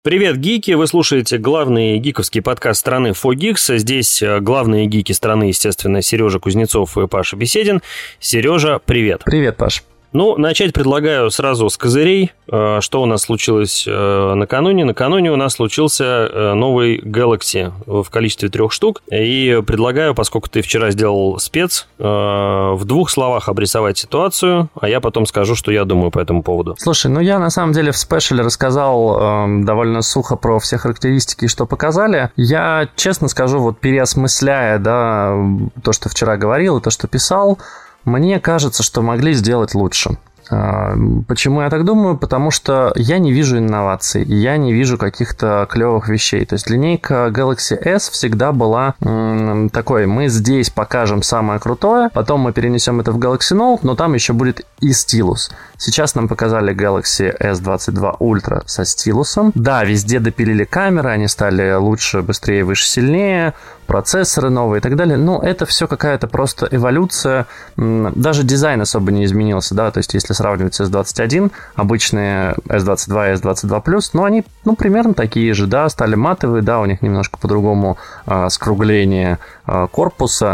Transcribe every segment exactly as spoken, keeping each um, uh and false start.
Привет, гики! Вы слушаете главный гиковский подкаст страны эф о Geeks. Здесь главные гики страны, естественно, Сережа Кузнецов и Паша Беседин. Сережа, привет! Привет, Паш! Ну, начать предлагаю сразу с козырей. Что у нас случилось накануне? Накануне у нас случился новый Galaxy в количестве трех штук. И предлагаю, поскольку ты вчера сделал спец, в двух словах обрисовать ситуацию, а я потом скажу, что я думаю по этому поводу. Слушай, ну я на самом деле в спешле рассказал э, довольно сухо про все характеристики, что показали. Я, честно скажу, вот переосмысляя, да, то, что вчера говорил, и то, что писал, мне кажется, что могли сделать лучше. Почему я так думаю? Потому что я не вижу инноваций, я не вижу каких-то клевых вещей. То есть линейка Galaxy S всегда была м- такой: мы здесь покажем самое крутое, потом мы перенесем это в Galaxy Note, но там еще будет и стилус. Сейчас нам показали Galaxy эс двадцать два Ultra со стилусом. Да, везде допилили камеры, они стали лучше, быстрее, выше, сильнее, процессоры новые и так далее. Но это все какая-то просто эволюция. Даже дизайн особо не изменился, да, то есть если сравнивать с эс двадцать один, обычные эс двадцать два и эс двадцать два плюс, но они, ну, примерно такие же, да, стали матовые, да, у них немножко по-другому э, скругление э, корпуса.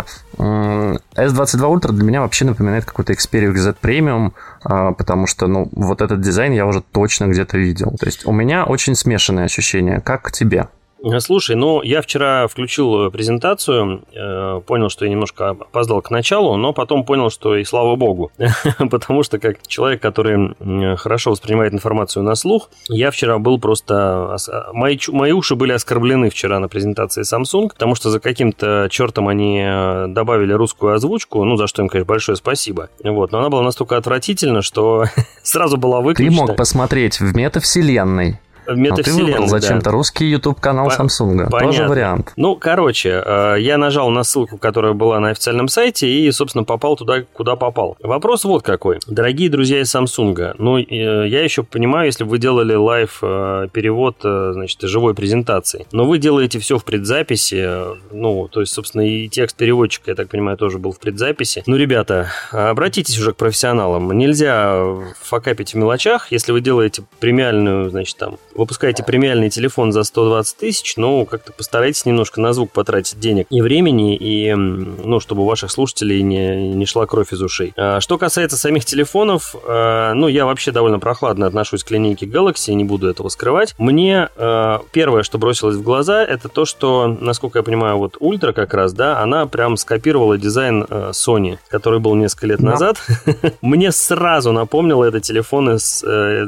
эс двадцать два Ultra для меня вообще напоминает какой-то Xperia икс зет Premium, э, потому что, ну, вот этот дизайн я уже точно где-то видел. То есть у меня очень смешанные ощущения. Как к тебе? Слушай, ну, я вчера включил презентацию, э, понял, что я немножко опоздал к началу, но потом понял, что и слава богу, потому что как человек, который хорошо воспринимает информацию на слух, я вчера был просто... Мои, мои уши были оскорблены вчера на презентации Samsung, потому что за каким-то чертом они добавили русскую озвучку, ну, за что им, конечно, большое спасибо. Вот, но она была настолько отвратительна, что сразу была выключена. Ты мог посмотреть в метавселенной. В метавселенной, а ты выбрал зачем-то да. русский YouTube-канал Samsung. Понятно. Тоже вариант. Ну, короче, я нажал на ссылку, которая была на официальном сайте, и, собственно, попал туда, куда попал. Вопрос вот какой. Дорогие друзья из Samsung, ну, я еще понимаю, если бы вы делали лайв-перевод, значит, живой презентации, но вы делаете все в предзаписи, ну, то есть, собственно, и текст переводчика, я так понимаю, тоже был в предзаписи. Ну, ребята, обратитесь уже к профессионалам. Нельзя факапить в мелочах, если вы делаете премиальную, значит, там, выпускаете премиальный телефон за сто двадцать тысяч, ну, как-то постарайтесь немножко на звук потратить денег и времени, и, ну, чтобы у ваших слушателей не, не шла кровь из ушей. А, что касается самих телефонов, а, ну, я вообще довольно прохладно отношусь к линейке Galaxy, не буду этого скрывать. Мне а, первое, что бросилось в глаза, это то, что, насколько я понимаю, вот Ultra как раз, да, она прям скопировала дизайн а, Sony, который был несколько лет назад. Мне сразу напомнило это телефоны с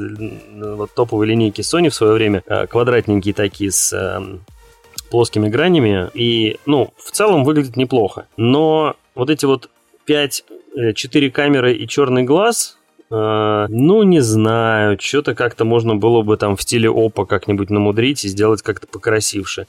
топовой линейки Sony в свое время, квадратненькие такие с э, плоскими гранями, и, ну, в целом выглядит неплохо. Но вот эти вот пять, четыре камеры и черный глаз, э, ну, не знаю, что-то как-то можно было бы там в стиле Oppo как-нибудь намудрить и сделать как-то покрасивше.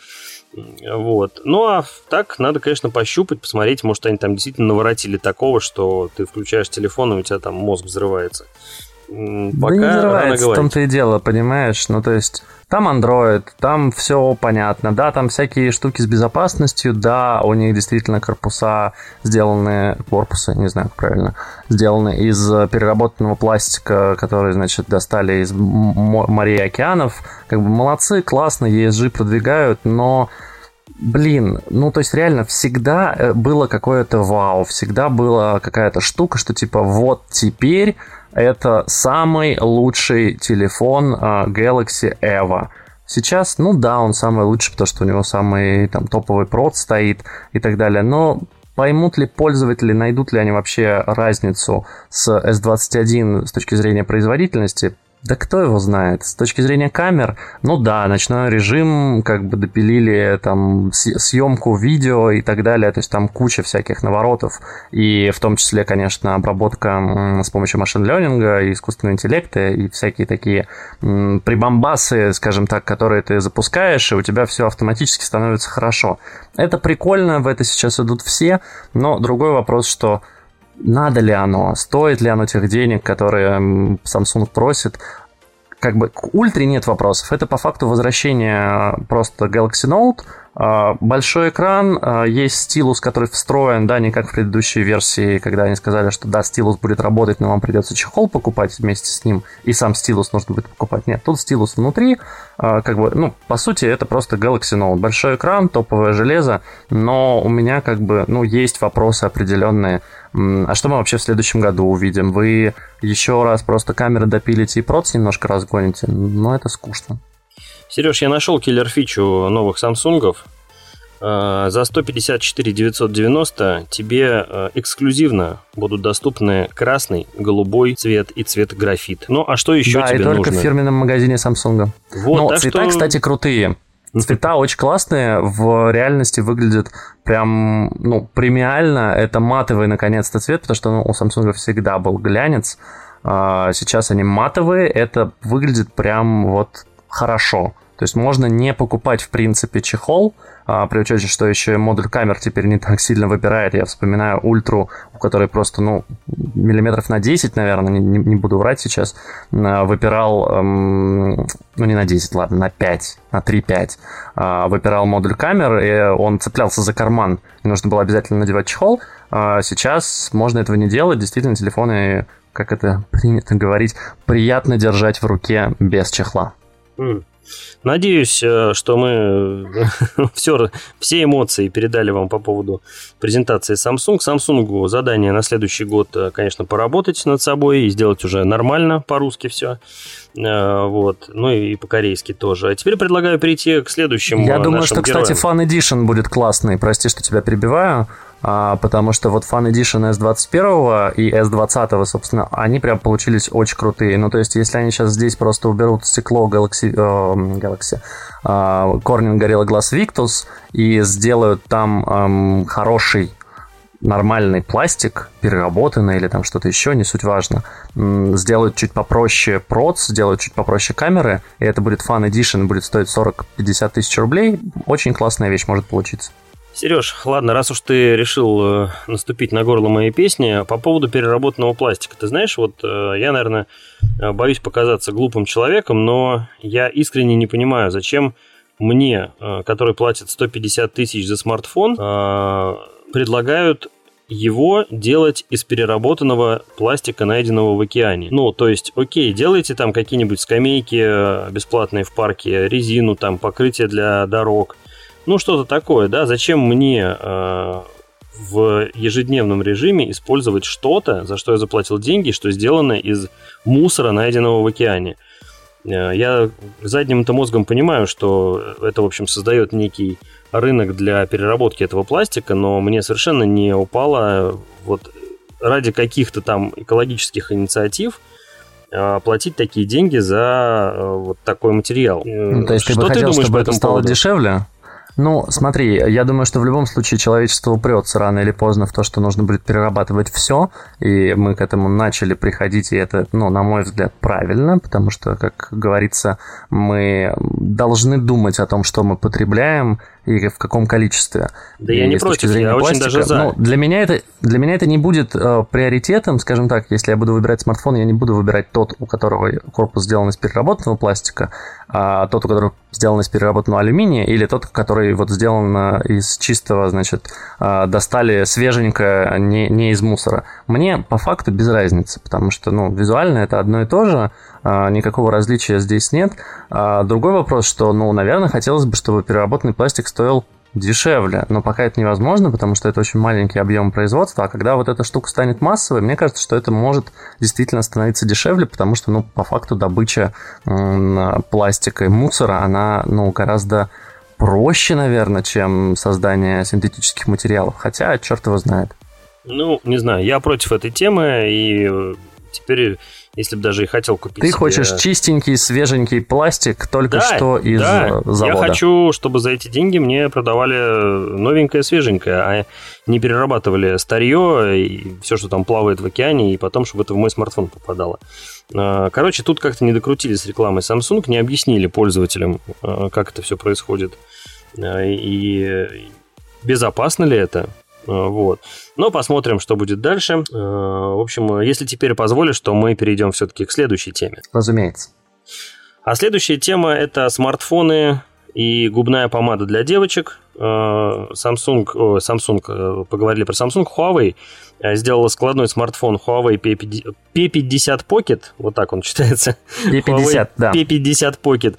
Вот. Ну, а так надо, конечно, пощупать, посмотреть, может, они там действительно наворотили такого, что ты включаешь телефон, и у тебя там мозг взрывается. Пока да не взрывается, в том-то и дело, понимаешь? Ну, то есть, там Android, там все понятно, да, там всякие штуки с безопасностью, да, у них действительно корпуса сделаны, корпусы, не знаю, как правильно, сделаны из переработанного пластика, который, значит, достали из морей и океанов. Как бы молодцы, классно, и эс джи продвигают, но... Блин, ну то есть реально всегда было какое-то вау, всегда была какая-то штука, что типа вот теперь это самый лучший телефон uh, Galaxy Evo. Сейчас, ну да, он самый лучший, потому что у него самый там топовый прод стоит и так далее, но поймут ли пользователи, найдут ли они вообще разницу с эс двадцать один с точки зрения производительности? Да кто его знает? С точки зрения камер, ну да, ночной режим, как бы допилили там съемку видео и так далее, то есть там куча всяких наворотов, и в том числе, конечно, обработка с помощью машин-лернинга и искусственного интеллекта, и всякие такие прибамбасы, скажем так, которые ты запускаешь, и у тебя все автоматически становится хорошо. Это прикольно, в это сейчас идут все, но другой вопрос, что надо ли оно, стоит ли оно тех денег, которые Samsung просит. Как бы к Ультре нет вопросов. Это по факту возвращение просто Galaxy Note Большой экран, есть стилус, который встроен, да, не как в предыдущей версии, когда они сказали, что да, стилус будет работать, но вам придется чехол покупать вместе с ним, и сам стилус нужно будет покупать. Нет, тут стилус внутри, как бы, ну, по сути, это просто Galaxy Note. Большой экран, топовое железо, но у меня, как бы, ну, есть вопросы определенные. А что мы вообще в следующем году увидим? Вы еще раз просто камеры допилите и проц немножко разгоните? Ну, это скучно. Сереж, я нашел киллер-фичу новых Самсунгов. За сто пятьдесят четыре тысячи девятьсот девяносто тебе эксклюзивно будут доступны красный, голубой цвет и цвет графит. Ну, а что еще да, тебе нужно? Да, и только в фирменном магазине Samsung. Вот, Но так цвета, что... кстати, крутые. Цвета очень классные, в реальности выглядят прям, ну, премиально. Это матовый, наконец-то, цвет, потому что ну, у Samsung всегда был глянец. Сейчас они матовые, это выглядит прям вот хорошо. То есть можно не покупать, в принципе, чехол, а, при учете, что еще и модуль камер теперь не так сильно выпирает. Я вспоминаю ультру, у которой просто, ну, миллиметров на десять, наверное, не, не буду врать сейчас, выпирал, эм, ну, не на десять, ладно, на пять, на три-пять, э, выпирал модуль камер, и он цеплялся за карман, и нужно было обязательно надевать чехол. А сейчас можно этого не делать, действительно, телефоны, как это принято говорить, приятно держать в руке без чехла. Mm. Надеюсь, что мы все, все эмоции передали вам по поводу презентации Samsung. Samsung задание на следующий год, конечно, поработать над собой и сделать уже нормально по-русски все. Вот. Ну и по-корейски тоже. А теперь предлагаю перейти к следующему. Я думаю, что, героям. Кстати, Fan Edition будет классный. Прости, что тебя перебиваю. А, потому что вот Fan Edition эс двадцать один и эс двадцать, собственно, они прям получились очень крутые. Ну, то есть, если они сейчас здесь просто уберут стекло Galaxy, э, Galaxy э, Corning Gorilla Glass Victus и сделают там э, хороший нормальный пластик, переработанный или там что-то еще, не суть важно, сделают чуть попроще проц, сделают чуть попроще камеры, и это будет Fan Edition, будет стоить сорок-пятьдесят тысяч рублей. Очень классная вещь может получиться. Сереж, ладно, раз уж ты решил наступить на горло моей песни, по поводу переработанного пластика. Ты знаешь, вот я, наверное, боюсь показаться глупым человеком, но я искренне не понимаю, зачем мне, который платит сто пятьдесят тысяч за смартфон, предлагают его делать из переработанного пластика, найденного в океане. Ну, то есть, окей, делайте там какие-нибудь скамейки бесплатные в парке, резину, там, покрытие для дорог. Ну, что-то такое, да? Зачем мне э, в ежедневном режиме использовать что-то, за что я заплатил деньги, что сделано из мусора, найденного в океане? Э, я задним-то мозгом понимаю, что это, в общем, создает некий рынок для переработки этого пластика, но мне совершенно не упало вот ради каких-то там экологических инициатив платить такие деньги за вот такой материал. Ну, то есть что ты бы хотел, ты думаешь, чтобы это стало поводу? Дешевле? Ну, смотри, я думаю, что в любом случае человечество упрется рано или поздно в то, что нужно будет перерабатывать все, и мы к этому начали приходить, и это, ну, на мой взгляд, правильно, потому что, как говорится, мы должны думать о том, что мы потребляем и в каком количестве. Да и я не против, я пластика, очень даже за. Ну, для меня это, для меня это не будет э, приоритетом, скажем так, если я буду выбирать смартфон, я не буду выбирать тот, у которого корпус сделан из переработанного пластика, а тот, у которого сделан из переработанного алюминия, или тот, который вот сделан из чистого, значит, э, достали свеженько, не, не из мусора. Мне по факту без разницы, потому что, ну, визуально это одно и то же, э, никакого различия здесь нет. А другой вопрос, что, ну, наверное, хотелось бы, чтобы переработанный пластик стоил дешевле, но пока это невозможно, потому что это очень маленький объем производства, а когда вот эта штука станет массовой, мне кажется, что это может действительно становиться дешевле, потому что, ну, по факту добыча м- пластика и мусора, она, ну, гораздо проще, наверное, чем создание синтетических материалов, хотя черт его знает. Ну, не знаю, я против этой темы, и теперь, если бы даже и хотел купить Ты себе... хочешь чистенький, свеженький пластик только да, что из да. завода. Я хочу, чтобы за эти деньги мне продавали новенькое, свеженькое, а не перерабатывали старье и все, что там плавает в океане, и потом, чтобы это в мой смартфон попадало. Короче, тут как-то не докрутили с рекламой Samsung, не объяснили пользователям, как это все происходит, и безопасно ли это. Вот. Но посмотрим, что будет дальше. В общем, если теперь позволишь, то мы перейдем все-таки к следующей теме. Разумеется. А следующая тема – это смартфоны и губная помада для девочек. Samsung, о, Samsung, поговорили про Samsung, Huawei сделала складной смартфон Huawei пи пятьдесят Pocket, вот так он читается. пи пятьдесят, да. пи пятьдесят Pocket.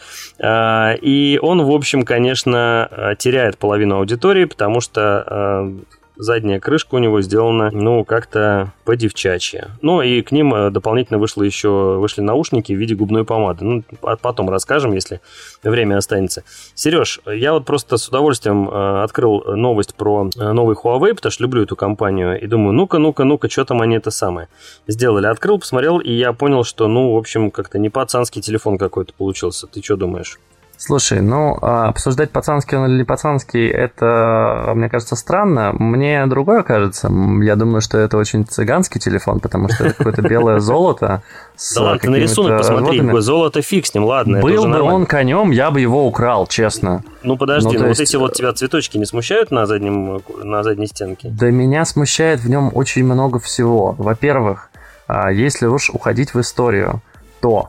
И он, в общем, конечно, теряет половину аудитории, потому что задняя крышка у него сделана, ну, как-то по-девчачьи. Ну, и к ним дополнительно вышло еще, вышли наушники в виде губной помады. Ну, потом расскажем, если время останется. Сереж, я вот просто с удовольствием открыл новость про новый Huawei, потому что люблю эту компанию, и думаю, ну-ка, ну-ка, ну-ка, что там они это самое сделали. Открыл, посмотрел, и я понял, что, ну, в общем, как-то не пацанский телефон какой-то получился. Ты что думаешь? Слушай, ну, обсуждать, пацанский он или не пацанский, это, мне кажется, странно. Мне другое кажется. Я думаю, что это очень цыганский телефон, потому что это какое-то белое золото. Да ладно, ты на рисунок посмотри, золото фиг с ним, ладно. Был бы он конем, я бы его украл, честно. Ну, подожди, ну вот эти вот тебя цветочки не смущают на заднем, на задней стенке? Да меня смущает в нем очень много всего. Во-первых, если уж уходить в историю, то,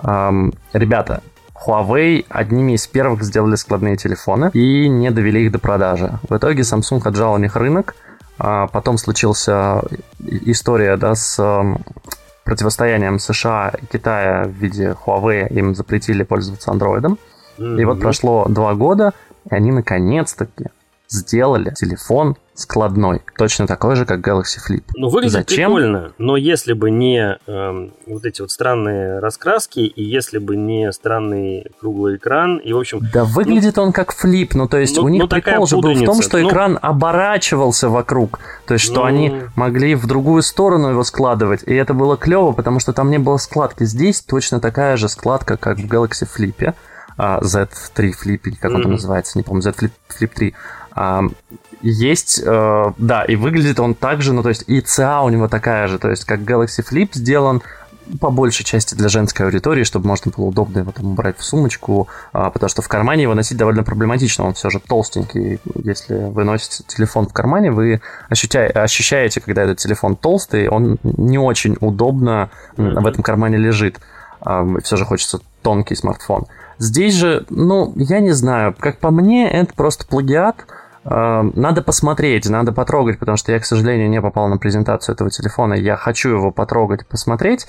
ребята, Huawei одними из первых сделали складные телефоны и не довели их до продажи. В итоге Samsung отжал у них рынок, а потом случилась история, да, с противостоянием США и Китая в виде Huawei, им запретили пользоваться Android. Mm-hmm. И вот прошло два года, и они наконец-таки сделали телефон складной, точно такой же, как Galaxy Flip. Ну, выглядит Зачем? Прикольно, но если бы не э, вот эти вот странные раскраски, и если бы не странный круглый экран, и, в общем... Да выглядит ну, он как Flip, ну, то есть ну, у них ну, прикол же был в том, что ну, экран оборачивался вокруг, то есть что ну, они могли в другую сторону его складывать, и это было клево, потому что там не было складки. Здесь точно такая же складка, как в Galaxy Flip, uh, зет три Flip, как mm-hmm. он там называется, не помню, зет Flip, Flip три. Uh, Есть, э, да, и выглядит он так же, ну, то есть и ЦА у него такая же, то есть как Galaxy Flip сделан по большей части для женской аудитории, чтобы можно было удобно его там убрать в сумочку, э, потому что в кармане его носить довольно проблематично, он все же толстенький. Если вы носите телефон в кармане, вы ощущаете, ощущаете, когда этот телефон толстый, он не очень удобно в этом кармане лежит. Э, все же хочется тонкий смартфон. Здесь же, ну, я не знаю, как по мне, это просто плагиат. Надо посмотреть, надо потрогать, потому что я, к сожалению, не попал на презентацию этого телефона. Я хочу его потрогать, посмотреть.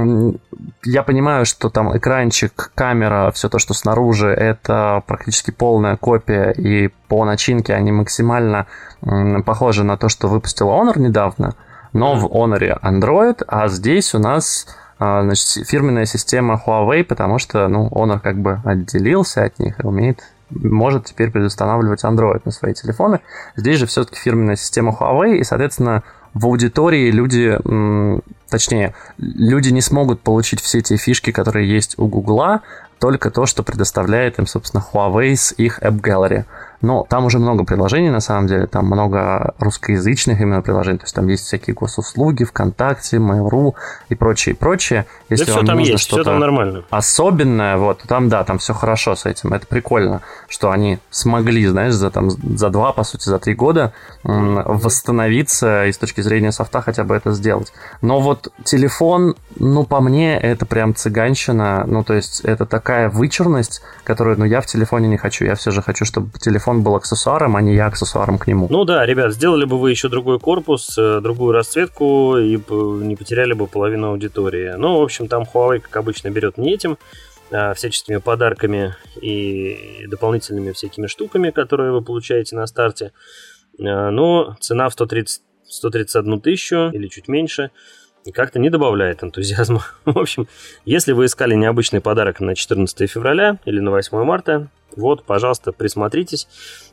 Я понимаю, что там экранчик, камера, все то, что снаружи, это практически полная копия, и по начинке они максимально похожи на то, что выпустил Honor недавно, но в Honor Android, а здесь у нас... Значит, фирменная система Huawei, потому что, ну, Honor как бы отделился от них и умеет, может теперь предустанавливать Android на свои телефоны. Здесь же все-таки фирменная система Huawei, и, соответственно, в аудитории люди, точнее, люди не смогут получить все те фишки, которые есть у Гугла, только то, что предоставляет им, собственно, Huawei с их App Gallery. Но там уже много приложений, на самом деле, там много русскоязычных именно приложений, то есть там есть всякие госуслуги, ВКонтакте, Mail.ru и прочее, прочее. Если да вам все там нужно есть, что-то все там нормально. Особенное, вот, там, да, там все хорошо с этим, это прикольно, что они смогли, знаешь, за, там, за два, по сути, за три года м- восстановиться и с точки зрения софта хотя бы это сделать. Но вот телефон, ну, по мне, это прям цыганщина, ну, то есть это такая вычурность, которую, ну, я в телефоне не хочу, я все же хочу, чтобы телефон был аксессуаром, а не я аксессуаром к нему. Ну да, ребят, сделали бы вы еще другой корпус, другую расцветку и не потеряли бы половину аудитории. Ну, в общем, там Huawei, как обычно, берет не этим, а всяческими подарками и дополнительными всякими штуками, которые вы получаете на старте. Но цена в сто тридцать, сто тридцать одну тысячу или чуть меньше и как-то не добавляет энтузиазма. В общем, если вы искали необычный подарок на четырнадцатое февраля или на восьмое марта, вот, пожалуйста, присмотритесь.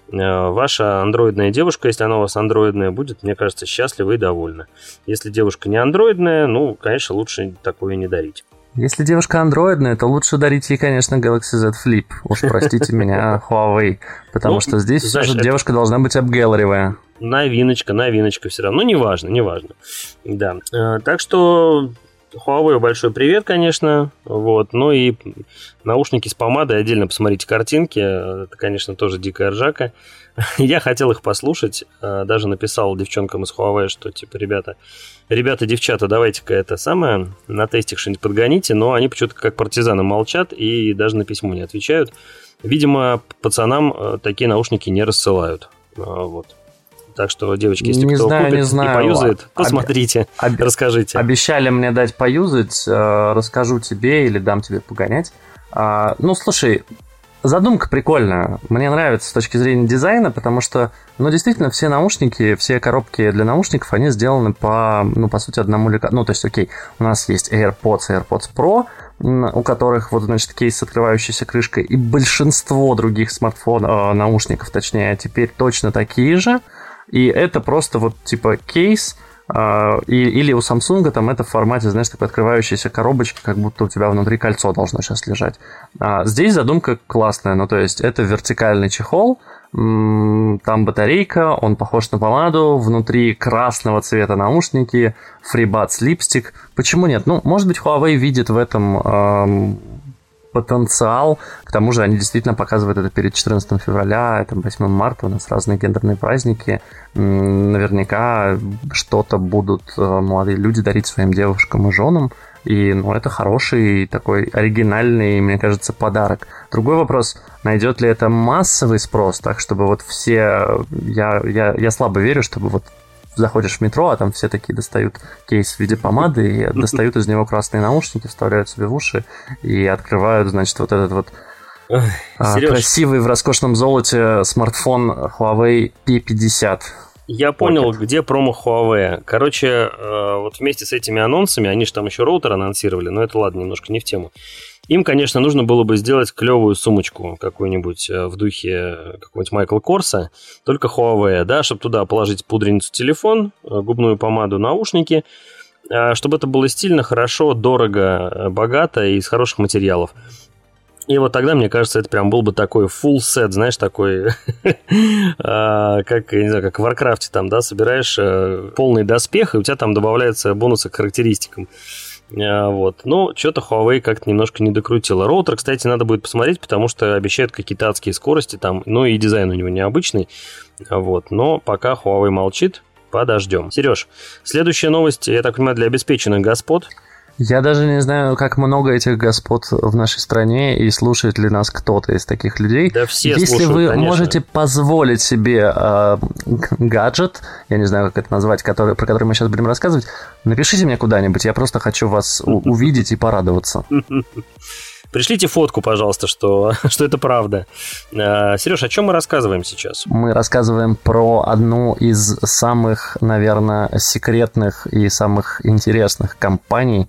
Ваша андроидная девушка, если она у вас андроидная, будет, мне кажется, счастлива и довольна. Если девушка не андроидная, ну, конечно, лучше такое не дарить. Если девушка андроидная, то лучше дарить ей, конечно, Galaxy Z Flip. Уж простите меня, Huawei. Потому ну, что здесь знаешь, все же девушка это... должна быть апгелеривая. Новиночка, новиночка все равно. Ну, неважно, неважно. Да. Так что... Huawei большой привет, конечно, вот, ну и наушники с помадой, отдельно посмотрите картинки, это, конечно, тоже дикая ржака. Я хотел их послушать, даже написал девчонкам из Huawei, что, типа, ребята, ребята, девчата, давайте-ка это самое, на тестик что-нибудь подгоните, но они почему-то как партизаны молчат и даже на письмо не отвечают. Видимо, пацанам такие наушники не рассылают. Вот. Так что, девочки, если не кто знаю, купит не знаю. и поюзает, посмотрите, Об... расскажите. Обещали мне дать поюзать, расскажу тебе или дам тебе погонять. Ну, слушай, задумка прикольная. Мне нравится с точки зрения дизайна, потому что, ну, действительно, все наушники, все коробки для наушников, они сделаны по, ну, по сути, одному лекарству. Ну, то есть, окей, у нас есть AirPods и AirPods Pro, у которых вот, значит, кейс с открывающейся крышкой, и большинство других смартфонов, наушников, точнее, теперь точно такие же. И это просто вот типа кейс, э, и, или у Samsung там это в формате, знаешь, такой открывающейся коробочки, как будто у тебя внутри кольцо должно сейчас лежать. А здесь задумка классная, ну то есть это вертикальный чехол, м- там батарейка, он похож на помаду, внутри красного цвета наушники, FreeBuds липстик. Почему нет? Ну, может быть, Huawei видит в этом... Э, потенциал. К тому же они действительно показывают это перед четырнадцатого февраля, это восьмого марта, у нас разные гендерные праздники. Наверняка что-то будут молодые люди дарить своим девушкам и женам. И ну, это хороший такой оригинальный, мне кажется, подарок. Другой вопрос, найдет ли это массовый спрос, так чтобы вот все... Я, я, я слабо верю, чтобы вот заходишь в метро, а там все такие достают кейс в виде помады и достают из него красные наушники, вставляют себе в уши и открывают, значит, вот этот вот Ой, а, красивый в роскошном золоте смартфон Huawei пи пятьдесят. Я понял, Pocket. Где промо Huawei. Короче, э, вот вместе с этими анонсами, они же там еще роутер анонсировали, но это ладно, немножко не в тему. Им, конечно, нужно было бы сделать клевую сумочку какую-нибудь в духе какого-нибудь Майкла Корса, только Huawei, да, чтобы туда положить пудреницу, телефон, губную помаду, наушники, чтобы это было стильно, хорошо, дорого, богато и из хороших материалов. И вот тогда, мне кажется, это прям был бы такой full set, знаешь, такой, как, я не знаю, как в Warcraft там, да, собираешь полный доспех, и у тебя там добавляются бонусы к характеристикам. Вот. Но что-то Huawei как-то немножко не докрутила. Роутер, кстати, надо будет посмотреть, потому что обещают какие-то адские скорости там, ну и дизайн у него необычный. Вот. Но пока Huawei молчит, подождем. Сереж, следующая новость, я так понимаю, для обеспеченных господ. Я даже не знаю, как много этих господ в нашей стране и слушает ли нас кто-то из таких людей. Да все Если слушают, вы конечно. можете позволить себе э, гаджет, я не знаю, как это назвать, который, про который мы сейчас будем рассказывать, напишите мне куда-нибудь, я просто хочу вас у- увидеть и порадоваться. Пришлите фотку, пожалуйста, что, что это правда. Сереж, о чем мы рассказываем сейчас? Мы рассказываем про одну из самых, наверное, секретных и самых интересных компаний.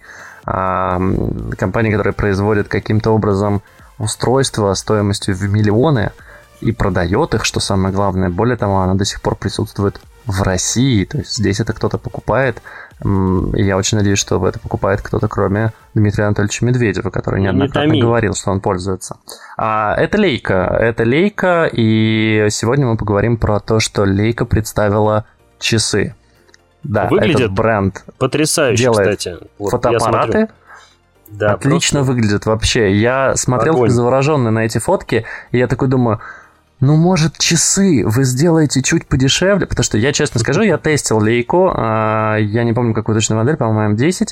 Компаний, которая производит каким-то образом устройства стоимостью в миллионы и продает их, что самое главное. Более того, она до сих пор присутствует в России. То есть здесь это кто-то покупает. И я очень надеюсь, что это покупает кто-то, кроме Дмитрия Анатольевича Медведева, который неоднократно не говорил, что он пользуется. А, это Leica. Это Leica, и сегодня мы поговорим про то, что Leica представила часы. Да, выглядит этот бренд потрясающе, делает кстати. Вот, фотоаппараты. Да, отлично выглядят вообще. Я смотрел как завороженный на эти фотки, и я такой думаю... Ну, может, часы вы сделаете чуть подешевле? Потому что я, честно скажу, я тестил Leica, я не помню, какую точную модель, по-моему, эм десять.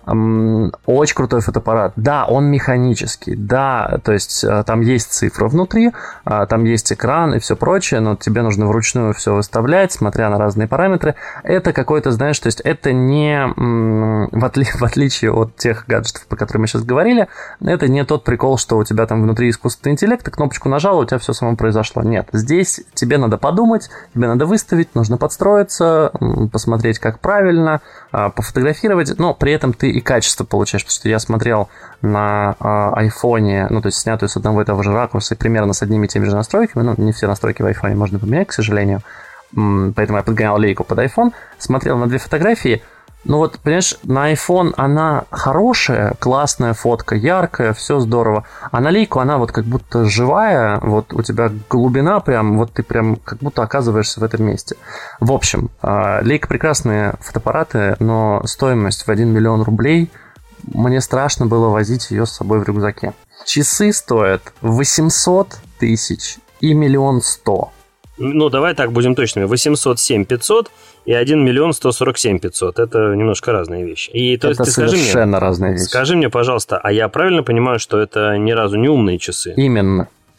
Очень крутой фотоаппарат. Да, он механический, да, то есть там есть цифра внутри, там есть экран и все прочее, но тебе нужно вручную все выставлять, смотря на разные параметры. Это какой-то, знаешь, то есть это не, в, отли, в отличие от тех гаджетов, про которые мы сейчас говорили, это не тот прикол, что у тебя там внутри искусственный интеллект, ты кнопочку нажал, у тебя все само произошло. Нет, здесь тебе надо подумать, тебе надо выставить, нужно подстроиться, посмотреть, как правильно, пофотографировать, но при этом ты и качество получаешь, потому что я смотрел на айфоне, ну, то есть снятую с одного и того же ракурса, и примерно с одними и теми же настройками, ну, не все настройки в айфоне можно поменять, к сожалению, поэтому я подгонял Leica под iPhone, смотрел на две фотографии. Ну вот, понимаешь, на iPhone она хорошая, классная фотка, яркая, все здорово. А на Leica она вот как будто живая, вот у тебя глубина прям, вот ты прям как будто оказываешься в этом месте. В общем, Leica прекрасные фотоаппараты, но стоимость в один миллион рублей, мне страшно было возить ее с собой в рюкзаке. Часы стоят восемьсот тысяч и миллион сто. Ну, давай так будем точными. восемьсот семь пятьсот и один миллион сто сорок семь пятьсот. Это немножко разные вещи. И, то это есть, ты совершенно скажи мне, разные вещи. Скажи мне, пожалуйста, а я правильно понимаю, что это ни разу не умные часы? Именно.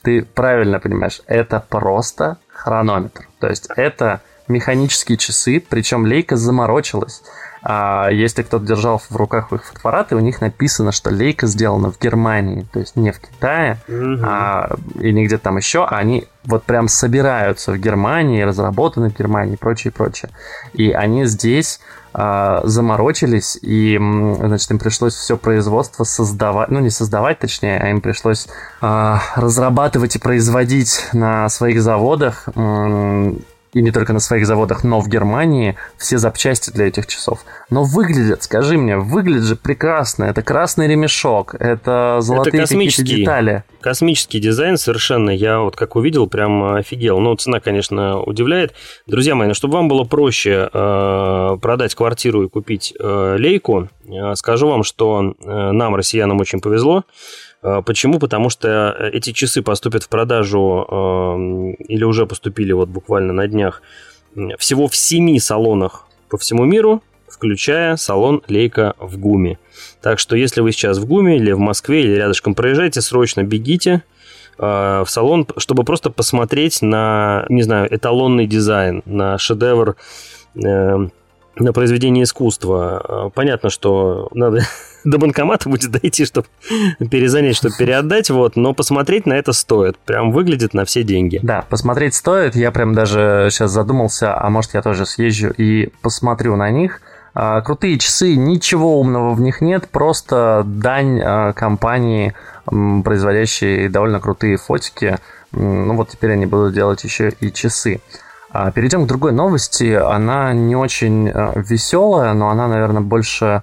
ты правильно понимаешь, это просто хронометр. То есть это механические часы, причем Leica заморочилась. А если кто-то держал в руках их фотоаппараты, у них написано, что Leica сделана в Германии, то есть не в Китае, mm-hmm. а, и не где-то там еще, а они вот прям собираются в Германии, разработаны в Германии и прочее, прочее. И они здесь а, заморочились, и, значит, им пришлось все производство создавать, ну не создавать, точнее, а им пришлось а, разрабатывать и производить на своих заводах, м- и не только на своих заводах, но в Германии, все запчасти для этих часов. Но выглядят, скажи мне, выглядят же прекрасно. Это красный ремешок, это золотые это какие-то детали. Космический дизайн совершенно. Я вот как увидел, прям офигел. Ну, цена, конечно, удивляет. Друзья мои, ну, чтобы вам было проще э, продать квартиру и купить э, Leica, э, скажу вам, что э, нам, россиянам, очень повезло. Почему? Потому что эти часы поступят в продажу э, или уже поступили вот буквально на днях всего в семи салонах по всему миру, включая салон Leica в ГУМе. Так что если вы сейчас в ГУМе или в Москве или рядышком проезжаете, срочно бегите э, в салон, чтобы просто посмотреть на, не знаю, эталонный дизайн, на шедевр, э, на произведение искусства. Понятно, что надо до банкомата будет дойти, чтобы перезанять, чтобы переотдать, вот, но посмотреть на это стоит. Прям выглядит на все деньги. Да, посмотреть стоит. Я прям даже сейчас задумался, а может я тоже съезжу и посмотрю на них. Крутые часы, ничего умного в них нет, просто дань компании, производящей довольно крутые фотики. Ну вот теперь они будут делать еще и часы. Перейдем к другой новости. Она не очень веселая, но она, наверное, больше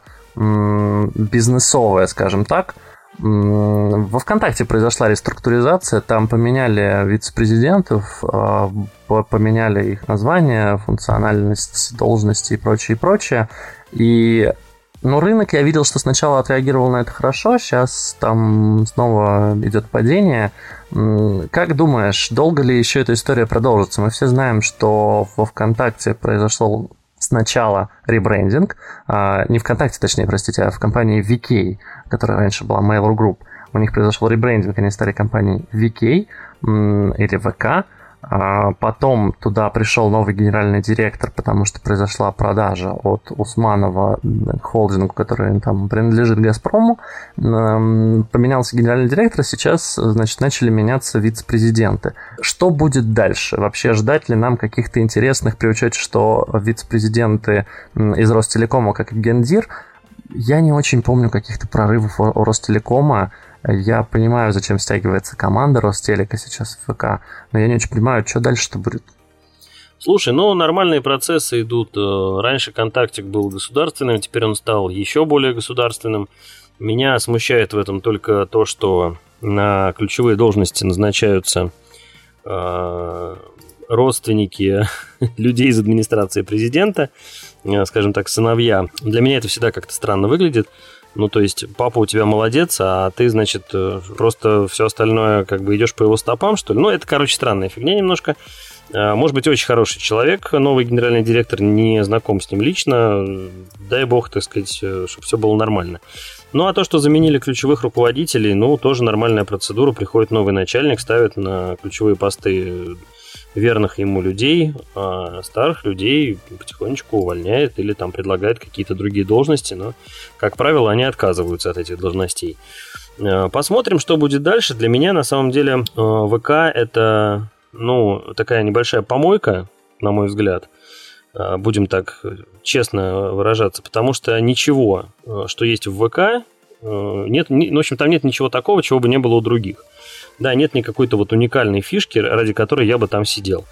бизнесовая, скажем так. Во ВКонтакте произошла реструктуризация, там поменяли вице-президентов, поменяли их название, функциональность, должности и прочее, и прочее. И ну, рынок, я видел, что сначала отреагировал на это хорошо, сейчас там снова идет падение. Как думаешь, долго ли еще эта история продолжится? Мы все знаем, что во ВКонтакте произошел сначала ребрендинг, не ВКонтакте, точнее, простите, а в компании ви кей, которая раньше была Mail.ru Group. У них произошел ребрендинг, они стали компанией ви кей или ви кей. Потом туда пришел новый генеральный директор, потому что произошла продажа от Усманова холдингу, который там принадлежит Газпрому. Поменялся генеральный директор, сейчас, значит, начали меняться вице-президенты. Что будет дальше? Вообще ждать ли нам каких-то интересных, при учете, что вице-президенты из Ростелекома, как и Гендир, я не очень помню каких-то прорывов у Ростелекома. Я понимаю, зачем стягивается команда Ростелека сейчас в ВК, но я не очень понимаю, что дальше-то будет. Слушай, ну нормальные процессы идут. Раньше Контактик был государственным, теперь он стал еще более государственным. Меня смущает в этом только то, что на ключевые должности назначаются э, родственники людей из администрации президента, э, скажем так, сыновья. Для меня это всегда как-то странно выглядит. Ну, то есть, папа у тебя молодец, а ты, значит, просто все остальное как бы идешь по его стопам, что ли? Ну, это, короче, странная фигня немножко. Может быть, очень хороший человек, новый генеральный директор, не знаком с ним лично. Дай бог, так сказать, чтобы все было нормально. Ну, а то, что заменили ключевых руководителей, ну, тоже нормальная процедура. Приходит новый начальник, ставит на ключевые посты верных ему людей, а старых людей потихонечку увольняет или там предлагает какие-то другие должности, но, как правило, они отказываются от этих должностей. Посмотрим, что будет дальше. Для меня, на самом деле, ВК – это, ну, такая небольшая помойка, на мой взгляд, будем так честно выражаться, потому что ничего, что есть в ВК, нет, в общем, там нет ничего такого, чего бы не было у других. Да, нет никакой-то вот уникальной фишки, ради которой я бы там сидел.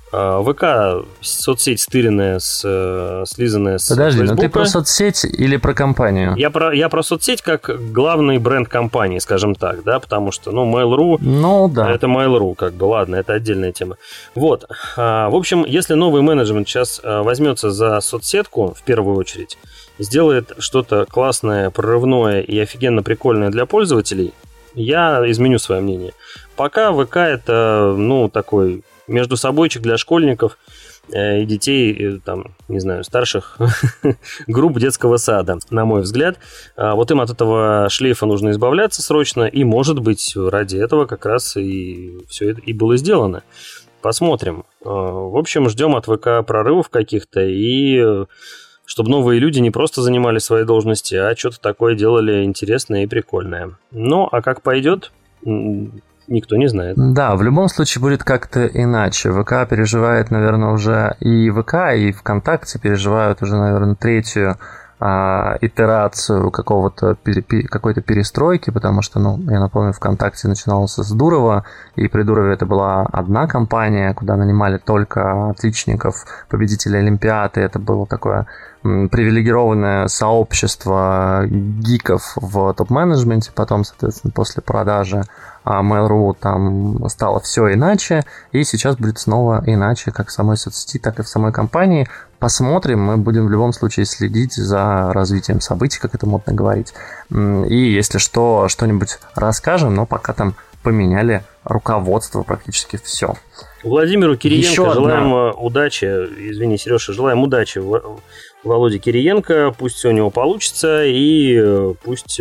ВК – соцсеть стыренная, с, слизанная с Подожди, Фейсбука. но ты про соцсеть или про компанию? Я про, я про соцсеть как главный бренд компании, скажем так, да, потому что, ну, Mail.ru ну, да. это Mail.ru, как бы, ладно, это отдельная тема. Вот, в общем, если новый менеджмент сейчас возьмется за соцсетку, в первую очередь, сделает что-то классное, прорывное и офигенно прикольное для пользователей, я изменю свое мнение. Пока ВК это, ну, такой между собойчик для школьников. и детей, там, не знаю, старших групп детского сада, на мой взгляд. Вот им от этого шлейфа нужно избавляться срочно, и, может быть, ради этого как раз и все это и было сделано. Посмотрим. В общем, ждем от ВК прорывов каких-то, и чтобы новые люди не просто занимали свои должности, а что-то такое делали интересное и прикольное. Ну, а как пойдет, никто не знает. Да, в любом случае будет как-то иначе. ВК переживает, наверное, уже и ВК, и ВКонтакте переживают уже, наверное, третью а, итерацию какого-то, какой-то перестройки, потому что, ну, я напомню, ВКонтакте начиналось с Дурова, и при Дурове это была одна компания, куда нанимали только отличников, победителей Олимпиады. Это было такое привилегированное сообщество гиков в топ-менеджменте. Потом, соответственно, после продажи Mail.ru там стало все иначе, и сейчас будет снова иначе, как в самой соцсети, так и в самой компании. Посмотрим, мы будем в любом случае следить за развитием событий, как это модно говорить. И если что, что-нибудь расскажем, но пока там поменяли руководство, практически все. Владимиру Кириенко желаем одна... удачи, извини, Сережа, желаем удачи Володе Кириенко, пусть все у него получится, и пусть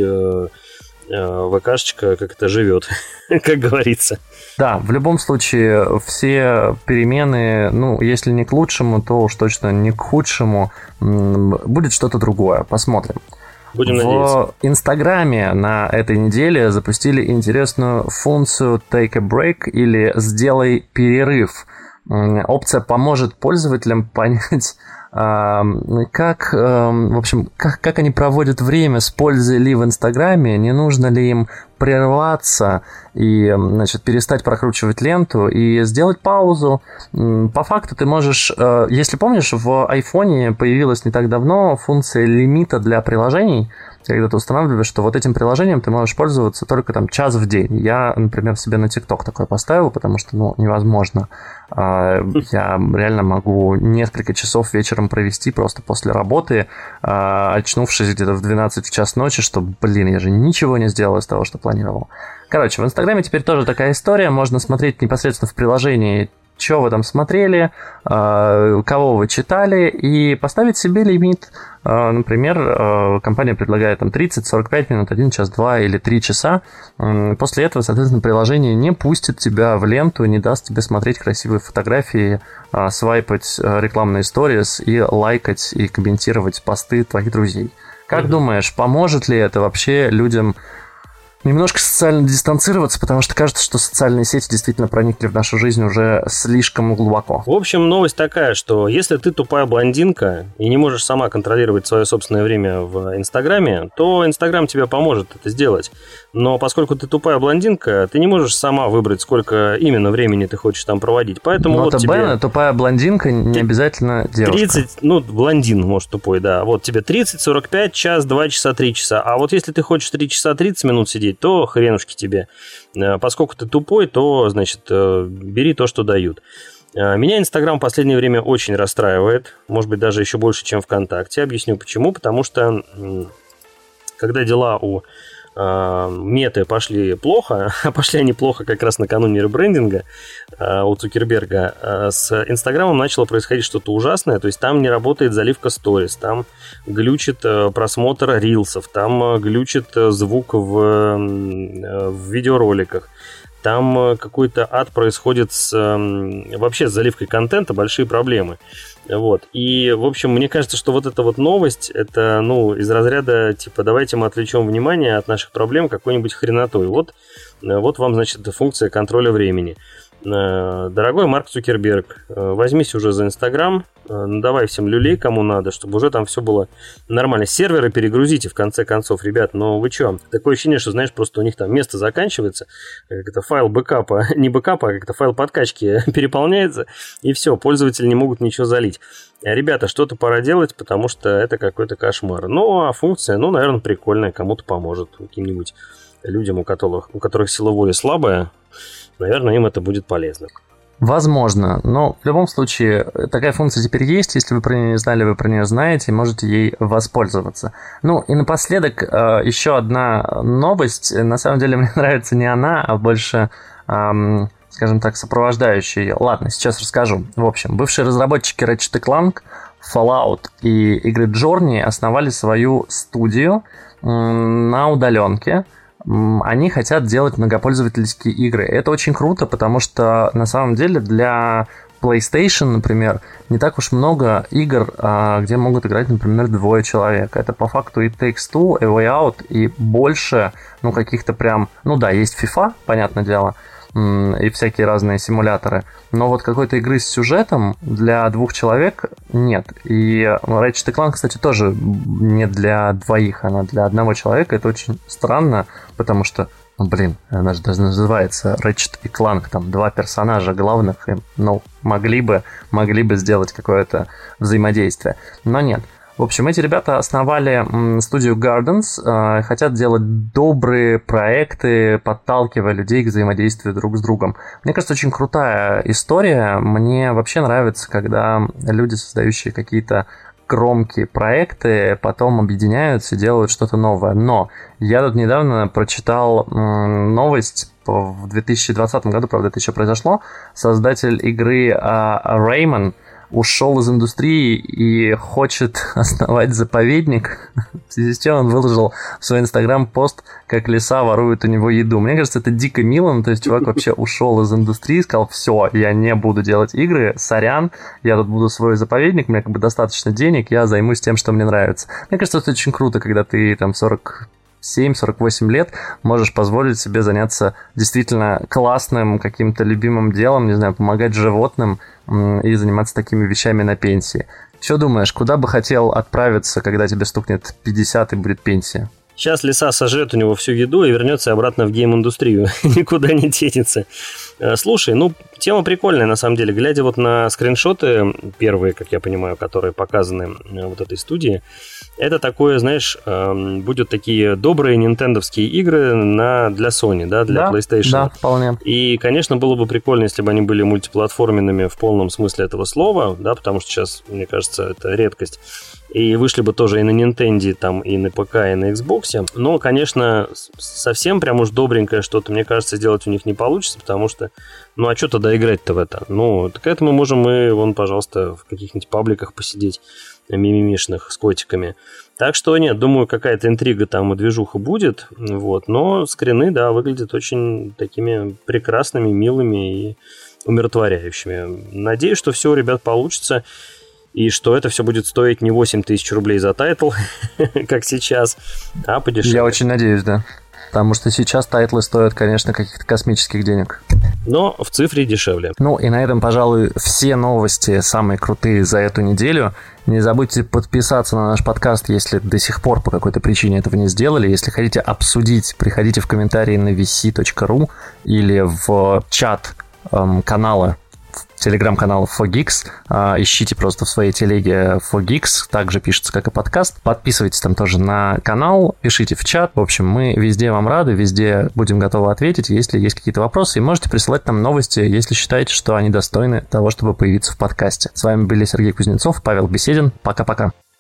ВКшечка как-то живет, как говорится. Да, в любом случае, все перемены, ну, если не к лучшему, то уж точно не к худшему, будет что-то другое, посмотрим. Будем в надеяться. В Инстаграме на этой неделе запустили интересную функцию Take a Break или «Сделай перерыв». Опция поможет пользователям понять, как, в общем, как, как они проводят время с пользой ли в Инстаграме, не нужно ли им прерваться и, значит, перестать прокручивать ленту и сделать паузу. По факту ты можешь, если помнишь, в айфоне появилась не так давно функция лимита для приложений, когда ты устанавливаешь, что вот этим приложением ты можешь пользоваться только там час в день. Я, например, себе на ТикТок такое поставил, потому что, ну, невозможно. Я реально могу несколько часов вечером провести просто после работы, очнувшись где-то в двенадцать в час ночи, что, блин, я же ничего не сделал из того, что планировал. Короче, в Инстаграме теперь тоже такая история. Можно смотреть непосредственно в приложении, что вы там смотрели, кого вы читали, и поставить себе лимит. Например, компания предлагает там тридцать, сорок пять минут, один час, два или три часа. После этого, соответственно, приложение не пустит тебя в ленту, не даст тебе смотреть красивые фотографии, свайпать рекламные сторис и лайкать и комментировать посты твоих друзей. Как mm-hmm. думаешь, поможет ли это вообще людям немножко социально дистанцироваться, потому что кажется, что социальные сети действительно проникли в нашу жизнь уже слишком глубоко. В общем, новость такая, что если ты тупая блондинка и не можешь сама контролировать свое собственное время в Инстаграме, то Инстаграм тебе поможет это сделать. Но поскольку ты тупая блондинка, ты не можешь сама выбрать, сколько именно времени ты хочешь там проводить. Поэтому но вот тебе... Бена, тупая блондинка, не обязательно девушка. тридцать, ну, блондин, может, тупой, да. Вот тебе тридцать, сорок пять, час, два часа, три часа. А вот если ты хочешь три часа тридцать минут сидеть, то хренушки тебе. Поскольку ты тупой, то, значит, бери то, что дают. Меня Инстаграм в последнее время очень расстраивает. Может быть, даже еще больше, чем ВКонтакте. Объясню почему. Потому что, когда дела у меты пошли плохо, а пошли они плохо как раз накануне ребрендинга у Цукерберга, с Инстаграмом начало происходить что-то ужасное, то есть там не работает заливка сторис, там глючит просмотр рилсов, там глючит звук в, в видеороликах, там какой-то ад происходит с, вообще с заливкой контента, большие проблемы. Вот. И, в общем, мне кажется, что вот эта вот новость, это, ну, из разряда, типа, давайте мы отвлечем внимание от наших проблем какой-нибудь хренотой. Вот, вот вам, значит, функция контроля времени. Дорогой Марк Цукерберг, возьмись уже за Инстаграм, давай всем люлей, кому надо, чтобы уже там все было нормально. Серверы перегрузите, в конце концов, ребят, но вы что? Такое ощущение, что, знаешь, просто у них там место заканчивается, как это файл бэкапа, не бэкапа, а как это файл подкачки переполняется, и все, пользователи не могут ничего залить. Ребята, что-то пора делать, потому что это какой-то кошмар. Ну, а функция, ну, наверное, прикольная, кому-то поможет, каким-нибудь людям, у которых, у которых сила воли слабая, наверное, им это будет полезно. Возможно, но в любом случае такая функция теперь есть. Если вы про нее не знали, вы про нее знаете, можете ей воспользоваться. Ну и напоследок еще одна новость. На самом деле мне нравится не она, а больше эм, скажем так, сопровождающие. Ладно, сейчас расскажу. В общем, бывшие разработчики Ratchet энд Clank, Fallout и игры Journey основали свою студию на удаленке. Они хотят делать многопользовательские игры. Это очень круто, потому что на самом деле для PlayStation, например, не так уж много игр, где могут играть, например, двое человек. Это по факту It Takes Two, A Way Out и больше, ну, каких-то прям... Ну да, есть FIFA, понятное дело, и всякие разные симуляторы. Но вот какой-то игры с сюжетом для двух человек нет. И Ratchet энд Clank, кстати, тоже не для двоих, она для одного человека. Это очень странно, потому что, ну, блин, она же даже называется Ratchet и Clank, там два персонажа главных, и, ну, могли бы, могли бы сделать какое-то взаимодействие. Но нет. В общем, эти ребята основали студию Gardens, э, хотят делать добрые проекты, подталкивая людей к взаимодействию друг с другом. Мне кажется, очень крутая история. Мне вообще нравится, когда люди, создающие какие-то громкие проекты, потом объединяются и делают что-то новое. Но я тут недавно прочитал м, новость в две тысячи двадцатом году, правда, это еще произошло. Создатель игры э, Rayman ушел из индустрии и хочет основать заповедник, в связи с чем он выложил в свой инстаграм пост, как лиса ворует у него еду. Мне кажется, это дико мило, ну, то есть чувак вообще ушел из индустрии, сказал: все, я не буду делать игры, сорян, я тут буду свой заповедник, у меня как бы достаточно денег, я займусь тем, что мне нравится. Мне кажется, это очень круто, когда ты там сорок семь сорок восемь лет можешь позволить себе заняться действительно классным каким-то любимым делом, не знаю, помогать животным и заниматься такими вещами на пенсии. Что думаешь, куда бы хотел отправиться, когда тебе стукнет пятьдесят и будет пенсия? Сейчас лиса сожрет у него всю еду и вернется обратно в гейм-индустрию. Никуда не денется. Слушай, ну, тема прикольная, на самом деле. Глядя вот на скриншоты первые, как я понимаю, которые показаны вот этой студии, это такое, знаешь, будут такие добрые нинтендовские игры на, для Sony, да, для да, PlayStation. Да, вполне. И, конечно, было бы прикольно, если бы они были мультиплатформенными в полном смысле этого слова, да, потому что сейчас, мне кажется, это редкость. И вышли бы тоже и на Nintendo, там, и на ПК, и на Xbox. Но, конечно, совсем прям уж добренькое что-то, мне кажется, сделать у них не получится, потому что, ну, а что тогда играть-то в это? Ну, так это мы можем и, вон, пожалуйста, в каких-нибудь пабликах посидеть мимимишных с котиками. Так что, нет, думаю, какая-то интрига там и движуха будет, вот. Но скрины, да, выглядят очень такими прекрасными, милыми и умиротворяющими. Надеюсь, что все у ребят получится. И что это все будет стоить не восемь тысяч рублей за тайтл, как сейчас, а подешевле. Я очень надеюсь, да. Потому что сейчас тайтлы стоят, конечно, каких-то космических денег. Но в цифре дешевле. Ну и на этом, пожалуй, все новости самые крутые за эту неделю. Не забудьте подписаться на наш подкаст, если до сих пор по какой-то причине этого не сделали. Если хотите обсудить, приходите в комментарии на ви си точка ру или в чат эм, канала, телеграм-канала фор гикс, ищите просто в своей телеге фор гикс, также пишется, как и подкаст. Подписывайтесь там тоже на канал, пишите в чат. В общем, мы везде вам рады, везде будем готовы ответить, если есть какие-то вопросы. И можете присылать нам новости, если считаете, что они достойны того, чтобы появиться в подкасте. С вами были Сергей Кузнецов, Павел Беседин. Пока-пока.